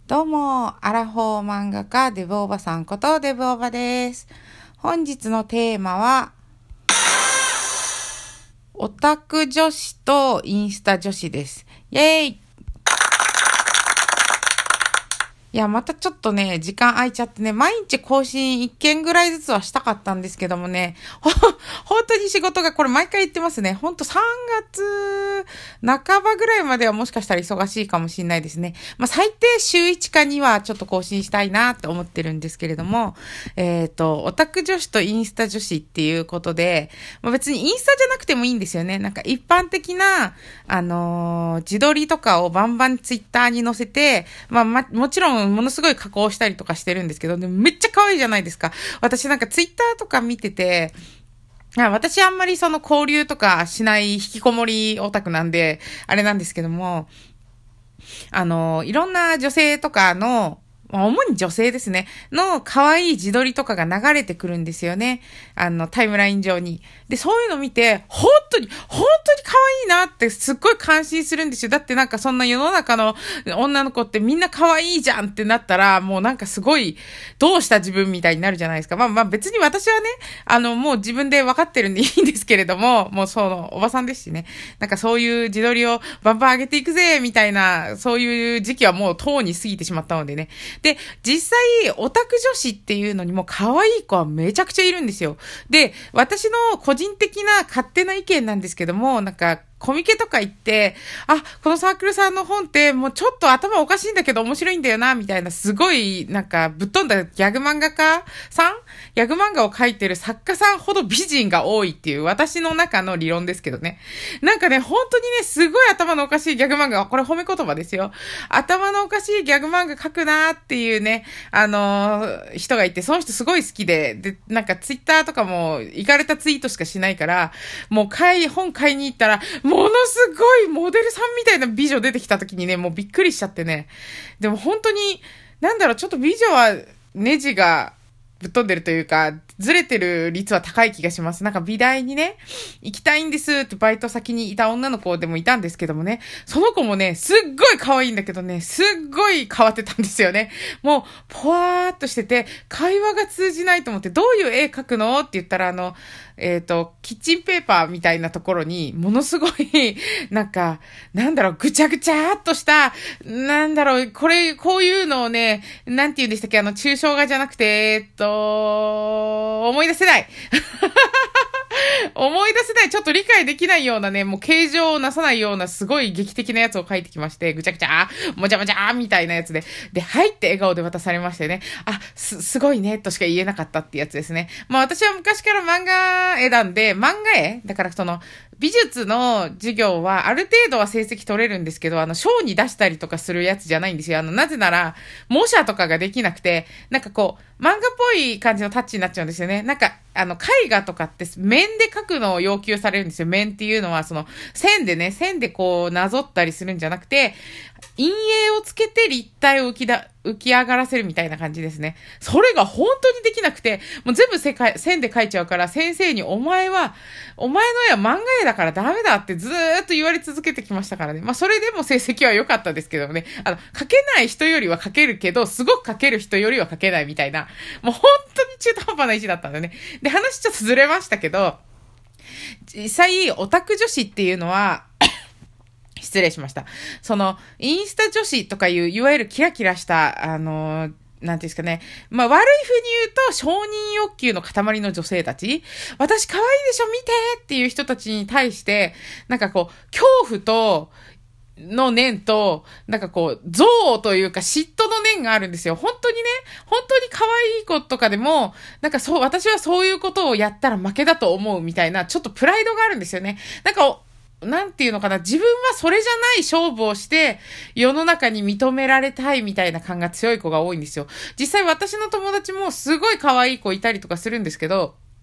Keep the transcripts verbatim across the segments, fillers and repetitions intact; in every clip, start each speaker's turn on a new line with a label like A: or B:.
A: どうも、アラフォー漫画家デブおばさんことデブおばです。本日のテーマは、オタク女子とインスタ女子です。イェーイ。いや、またちょっとね、時間空いちゃってね、毎日更新いっけんぐらいずつはしたかったんですけどもね、ほ、本当に仕事が、これ毎回言ってますね。ほんとさんがつなかばぐらいまではもしかしたら忙しいかもしれないですね。まあ、最低週いちかにはちょっと更新したいなって思ってるんですけれども、えっと、オタク女子とインスタ女子っていうことで、まあ、別にインスタじゃなくてもいいんですよね。なんか一般的な、あのー、自撮りとかをバンバンツイッターに載せて、まあ、ま、もちろんものすごい加工したりとかしてるんですけど、でもめっちゃ可愛いじゃないですか。私なんかツイッターとか見てて、私あんまりその交流とかしない引きこもりオタクなんで、あれなんですけども、あの、いろんな女性とかの、主に女性ですね。の可愛い自撮りとかが流れてくるんですよね。あの、タイムライン上に。で、そういうの見て、本当に、本当に可愛いなってすっごい感心するんですよ。だってなんかそんな世の中の女の子ってみんな可愛いじゃんってなったら、もうなんかすごい、どうした自分みたいになるじゃないですか。まあまあ別に私はね、あの、もう自分で分かってるんでいいんですけれども、もうその、おばさんですしね。なんかそういう自撮りをバンバン上げていくぜ、みたいな、そういう時期はもうとうに過ぎてしまったのでね。で、実際、オタク女子っていうのにも可愛い子はめちゃくちゃいるんですよ。で、私の個人的な勝手な意見なんですけども、なんか、コミケとか行って、あ、このサークルさんの本ってもうちょっと頭おかしいんだけど面白いんだよな、みたいなすごいなんかぶっ飛んだギャグ漫画家さんギャグ漫画を描いてる作家さんほど美人が多いっていう私の中の理論ですけどね。なんかね、本当にね、すごい頭のおかしいギャグ漫画、これ褒め言葉ですよ。頭のおかしいギャグ漫画描くなーっていうね、あのー、人がいて、その人すごい好きで、で、なんかツイッターとかもイカれたツイートしかしないから、もう買い、本買いに行ったら、ものすごいモデルさんみたいな美女出てきた時にね、もうびっくりしちゃってね。でも本当に、なんだろう、ちょっと美女はネジがぶっ飛んでるというか、ずれてる率は高い気がします。なんか美大にね、行きたいんですってバイト先にいた女の子でもいたんですけどもね、その子もね、すっごい可愛いんだけどね、すっごい変わってたんですよね。もう、ぽわーっとしてて、会話が通じないと思って、どういう絵描くのって言ったら、あの、えっと、キッチンペーパーみたいなところに、ものすごい、なんか、なんだろう、ぐちゃぐちゃっとした、なんだろう、これ、こういうのをね、なんて言うんでしたっけ、あの、抽象画じゃなくて、えっと、思い出せない。思い出せない、ちょっと理解できないようなね、もう形状をなさないようなすごい劇的なやつを書いてきまして、ぐちゃぐちゃー、もじゃもじゃーみたいなやつで、で、入って笑顔で渡されましてね、あ、す、すごいね、としか言えなかったってやつですね。まあ私は昔から漫画絵なんで、漫画絵だからその、美術の授業はある程度は成績取れるんですけど、あの、賞に出したりとかするやつじゃないんですよ。あの、なぜなら、模写とかができなくて、なんかこう、漫画っぽい感じのタッチになっちゃうんですよね。なんか、あの、絵画とかって面で描くのを要求されるんですよ。面っていうのは、その、線でね、線でこう、なぞったりするんじゃなくて、陰影をつけて立体を浮きだ、浮き上がらせるみたいな感じですね。それが本当にできなくて、もう全部世界、線で描いちゃうから、先生にお前は、お前の絵は漫画絵だからダメだってずーっと言われ続けてきましたからね。まあそれでも成績は良かったですけどね。あの、描けない人よりは描けるけど、すごく描ける人よりは描けないみたいな、もう本当に中途半端な位置だったんだね。で、話ちょっとずれましたけど、実際、オタク女子っていうのは、失礼しました。その、インスタ女子とかいう、いわゆるキラキラした、あのー、なんていうんですかね。まあ、悪い風に言うと、承認欲求の塊の女性たち。私可愛いでしょ見てっていう人たちに対して、なんかこう、恐怖と、の念と、なんかこう、憎悪というか嫉妬の念があるんですよ。本当にね、本当に可愛い子とかでも、なんかそう、私はそういうことをやったら負けだと思うみたいな、ちょっとプライドがあるんですよね。なんか、なんていうのかな、自分はそれじゃない勝負をして、世の中に認められたいみたいな感が強い子が多いんですよ。実際私の友達もすごい可愛い子いたりとかするんですけど、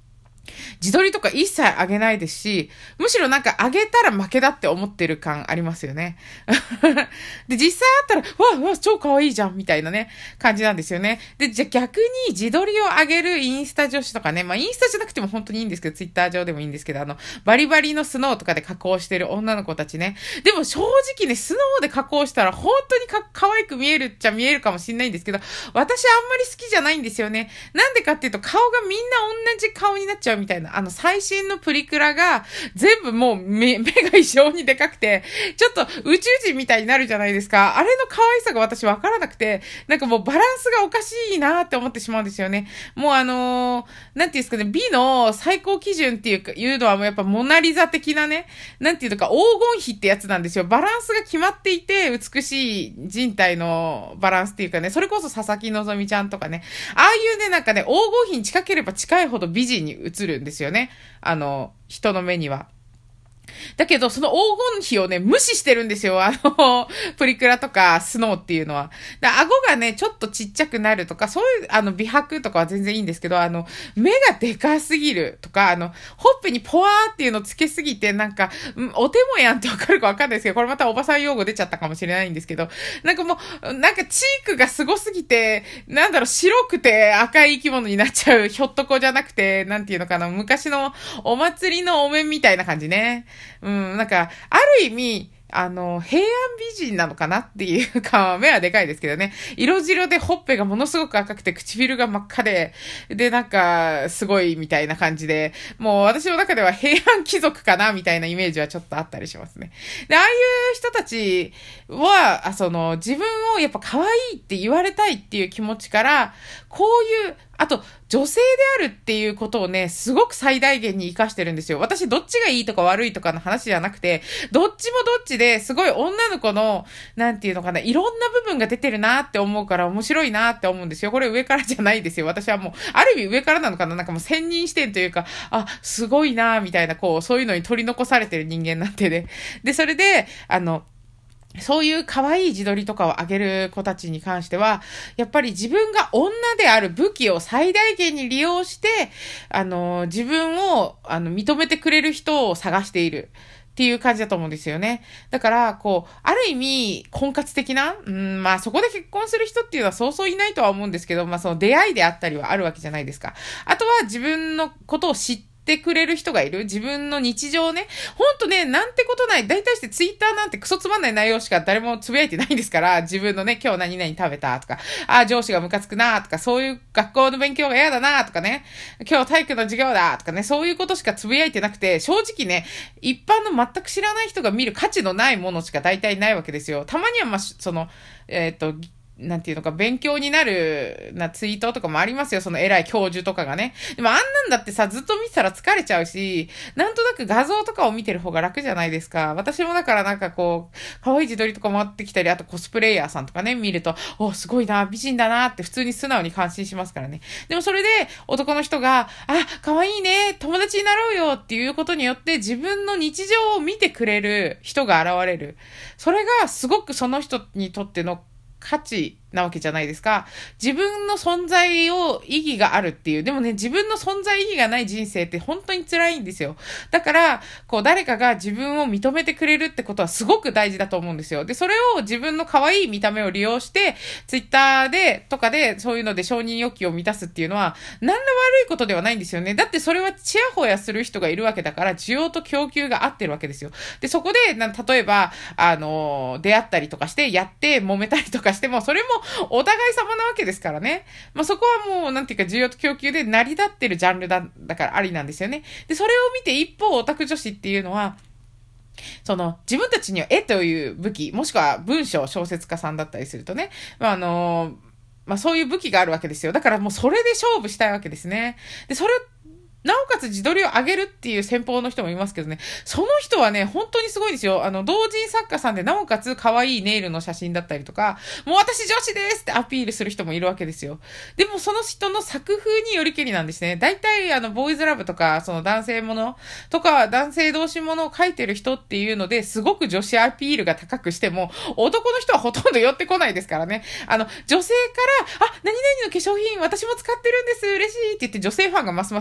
A: 自撮りとか一切上げないですし、むしろなんか上げたら負けだって思ってる感ありますよね。で、実際あったら、わ、わ、超可愛いじゃんみたいなね、感じなんですよね。で、じゃあ逆に自撮りを上げるインスタ女子とかね、まあインスタじゃなくても本当にいいんですけど、ツイッター上でもいいんですけど、あの、バリバリのスノーとかで加工してる女の子たちね。でも正直ね、スノーで加工したら本当にか可愛く見えるっちゃ見えるかもしれないんですけど、私あんまり好きじゃないんですよね。なんでかっていうと、顔がみんな同じ顔になっちゃうみたいな。あの、最新のプリクラが、全部もう目、目が異常にでかくて、ちょっと宇宙人みたいになるじゃないですか。あれの可愛さが私わからなくて、なんかもうバランスがおかしいなって思ってしまうんですよね。もうあのー、なんていうんですかね、美の最高基準っていうか、いうのはもうやっぱモナリザ的なね、なんていうのか黄金比ってやつなんですよ。バランスが決まっていて、美しい人体のバランスっていうかね、それこそ佐々木希ちゃんとかね、ああいうね、なんかね、黄金比に近ければ近いほど美人に映るんですよね。あの、人の目には。だけど、その黄金比をね、無視してるんですよ。あの、プリクラとかスノーっていうのは。で、顎がね、ちょっとちっちゃくなるとか、そういう、あの、美白とかは全然いいんですけど、あの、目がでかすぎるとか、あの、ほっぺにポワーっていうのつけすぎて、なんか、お手もやんってわかるかわかんないですけど、これまたおばさん用語出ちゃったかもしれないんですけど、なんかもう、なんかチークがすごすぎて、なんだろう、白くて赤い生き物になっちゃう、ひょっとこじゃなくて、なんていうのかな、昔のお祭りのお面みたいな感じね。うん、なんか、ある意味、あの、平安美人なのかなっていうか、目はでかいですけどね。色白でほっぺがものすごく赤くて、唇が真っ赤で、で、なんか、すごいみたいな感じで、もう私の中では平安貴族かなみたいなイメージはちょっとあったりしますね。で、ああいう人たちは、あその、自分をやっぱ可愛いって言われたいっていう気持ちから、こういう、あと、女性であるっていうことをね、すごく最大限に活かしてるんですよ。私、どっちがいいとか悪いとかの話じゃなくて、どっちもどっちですごい女の子の、なんていうのかな、いろんな部分が出てるなって思うから面白いなって思うんですよ。これ上からじゃないですよ。私はもう、ある意味上からなのかな、なんかもう専任視点というか、あ、すごいなみたいな、こう、そういうのに取り残されてる人間なんてね。で、それで、あの、そういう可愛い自撮りとかを上げる子たちに関しては、やっぱり自分が女である武器を最大限に利用して、あの、自分を、あの、認めてくれる人を探している。っていう感じだと思うんですよね。だから、こう、ある意味、婚活的な、うん、まあそこで結婚する人っていうのはそうそういないとは思うんですけど、まあその出会いであったりはあるわけじゃないですか。あとは自分のことを知って、てくれる人がいる自分の日常ね。ほんとね、なんてことない。大体してツイッターなんてクソつまんない内容しか誰もつぶやいてないんですから、自分のね、今日何々食べたとか、あ、上司がムカつくなとか、そういう学校の勉強が嫌だなとかね、今日体育の授業だとかね、そういうことしかつぶやいてなくて、正直ね、一般の全く知らない人が見る価値のないものしか大体ないわけですよ。たまにはまあ、その、えっと、なんていうのか、勉強になるなツイートとかもありますよ。その偉い教授とかがね。でもあんなんだってさ、ずっと見てたら疲れちゃうし、なんとなく画像とかを見てる方が楽じゃないですか。私もだからなんかこう、可愛い自撮りとか回ってきたり、あとコスプレイヤーさんとかね、見ると、お、すごいな、美人だなって普通に素直に感心しますからね。でもそれで男の人が、あ、可愛いね、友達になろうよっていうことによって自分の日常を見てくれる人が現れる。それがすごくその人にとっての価値なわけじゃないですか。自分の存在を意義があるっていう。でもね、自分の存在意義がない人生って本当に辛いんですよ。だから、こう誰かが自分を認めてくれるってことはすごく大事だと思うんですよ。で、それを自分の可愛い見た目を利用して、ツイッターで、とかでそういうので承認欲求を満たすっていうのは、何ら悪いことではないんですよね。だってそれはチヤホヤする人がいるわけだから、需要と供給が合ってるわけですよ。で、そこで、な例えば、あの、出会ったりとかして、やって揉めたりとかしても、それもお互い様なわけですからね。まあ、そこはもう、なんていうか、需要と供給で成り立ってるジャンルだ、だからありなんですよね。で、それを見て一方、オタク女子っていうのは、その、自分たちには絵という武器、もしくは文章、小説家さんだったりするとね、まあ、あの、まあ、そういう武器があるわけですよ。だからもうそれで勝負したいわけですね。で、それなおかつ自撮りを上げるっていう戦法の人もいますけどね、その人はね、本当にすごいんですよ。あの、同人作家さんでなおかつ可愛いネイルの写真だったりとか、もう私女子ですってアピールする人もいるわけですよ。でもその人の作風によりけりなんですね。大体あの、ボーイズラブとか、その男性ものとか、男性同士ものを書いてる人っていうので、すごく女子アピールが高くしても、男の人はほとんど寄ってこないですからね。あの、女性から、あ、何々の化粧品私も使ってるんです、嬉しいって言って女性ファンがますます増える。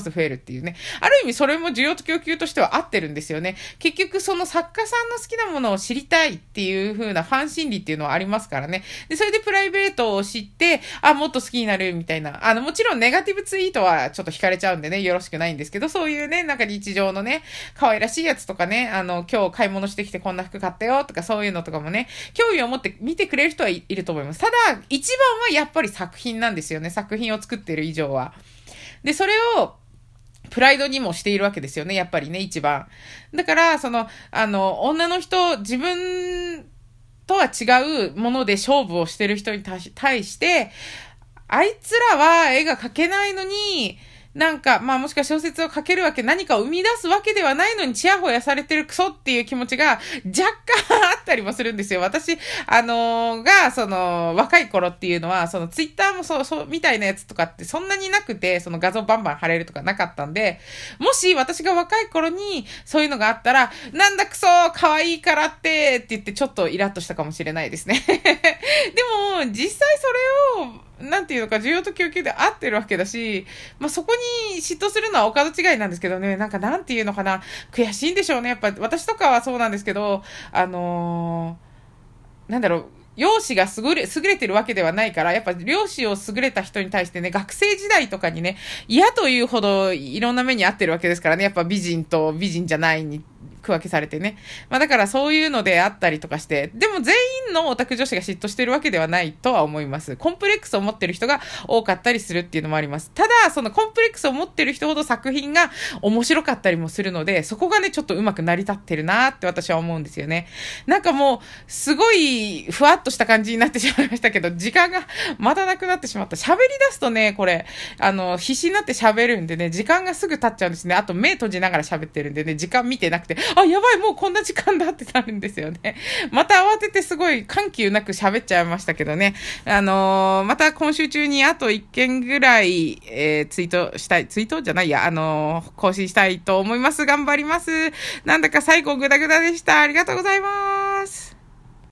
A: っていうね。ある意味それも需要と供給としては合ってるんですよね。結局その作家さんの好きなものを知りたいっていう風なファン心理っていうのはありますからね。で、それでプライベートを知って、あ、もっと好きになるみたいな。あの、もちろんネガティブツイートはちょっと惹かれちゃうんでね、よろしくないんですけど、そういうね、なんか日常のね、可愛らしいやつとかね、あの、今日買い物してきてこんな服買ったよとかそういうのとかもね、興味を持って見てくれる人はいると思います。ただ、一番はやっぱり作品なんですよね。作品を作っている以上は。で、それを、プライドにもしているわけですよね、やっぱりね、一番。だから、その、あの、女の人、自分とは違うもので勝負をしてる人に対して、あいつらは絵が描けないのに、なんか、まあもしか小説を書けるわけ、何かを生み出すわけではないのに、チヤホヤされてるクソっていう気持ちが若干あったりもするんですよ。私、あのー、が、その、若い頃っていうのは、そのツイッターもそう、そう、みたいなやつとかってそんなになくて、その画像バンバン貼れるとかなかったんで、もし私が若い頃にそういうのがあったら、なんだクソ可愛いからって、って言ってちょっとイラッとしたかもしれないですね。でも、実際それを、なんていうのか、需要と供給で合ってるわけだし、まあ、そこに嫉妬するのはお門違いなんですけどね、なんかなんていうのかな、悔しいんでしょうね。やっぱ私とかはそうなんですけど、あのー、なんだろう、容姿が優れ、優れてるわけではないから、やっぱ容姿を優れた人に対してね、学生時代とかにね、嫌というほどいろんな目に遭ってるわけですからね、やっぱ美人と美人じゃないに、区分けされてね。まあだからそういうのであったりとかして、でも全員のオタク女子が嫉妬してるわけではないとは思います。コンプレックスを持ってる人が多かったりするっていうのもあります。ただ、そのコンプレックスを持ってる人ほど作品が面白かったりもするので、そこがね、ちょっとうまく成り立ってるなって私は思うんですよね。なんかもう、すごいふわっとした感じになってしまいましたけど、時間がまたなくなってしまった。喋り出すとね、これ、あの、必死になって喋るんでね、時間がすぐ経っちゃうんですね。あと目閉じながら喋ってるんでね、時間見てなくて、あ、やばい、もうこんな時間だってなるんですよね。また慌ててすごい緩急なく喋っちゃいましたけどね。あのー、また今週中にあといっけんぐらい、えー、ツイートしたい、ツイートじゃないや、あのー、更新したいと思います。頑張ります。なんだか最後グダグダでした。ありがとうございます。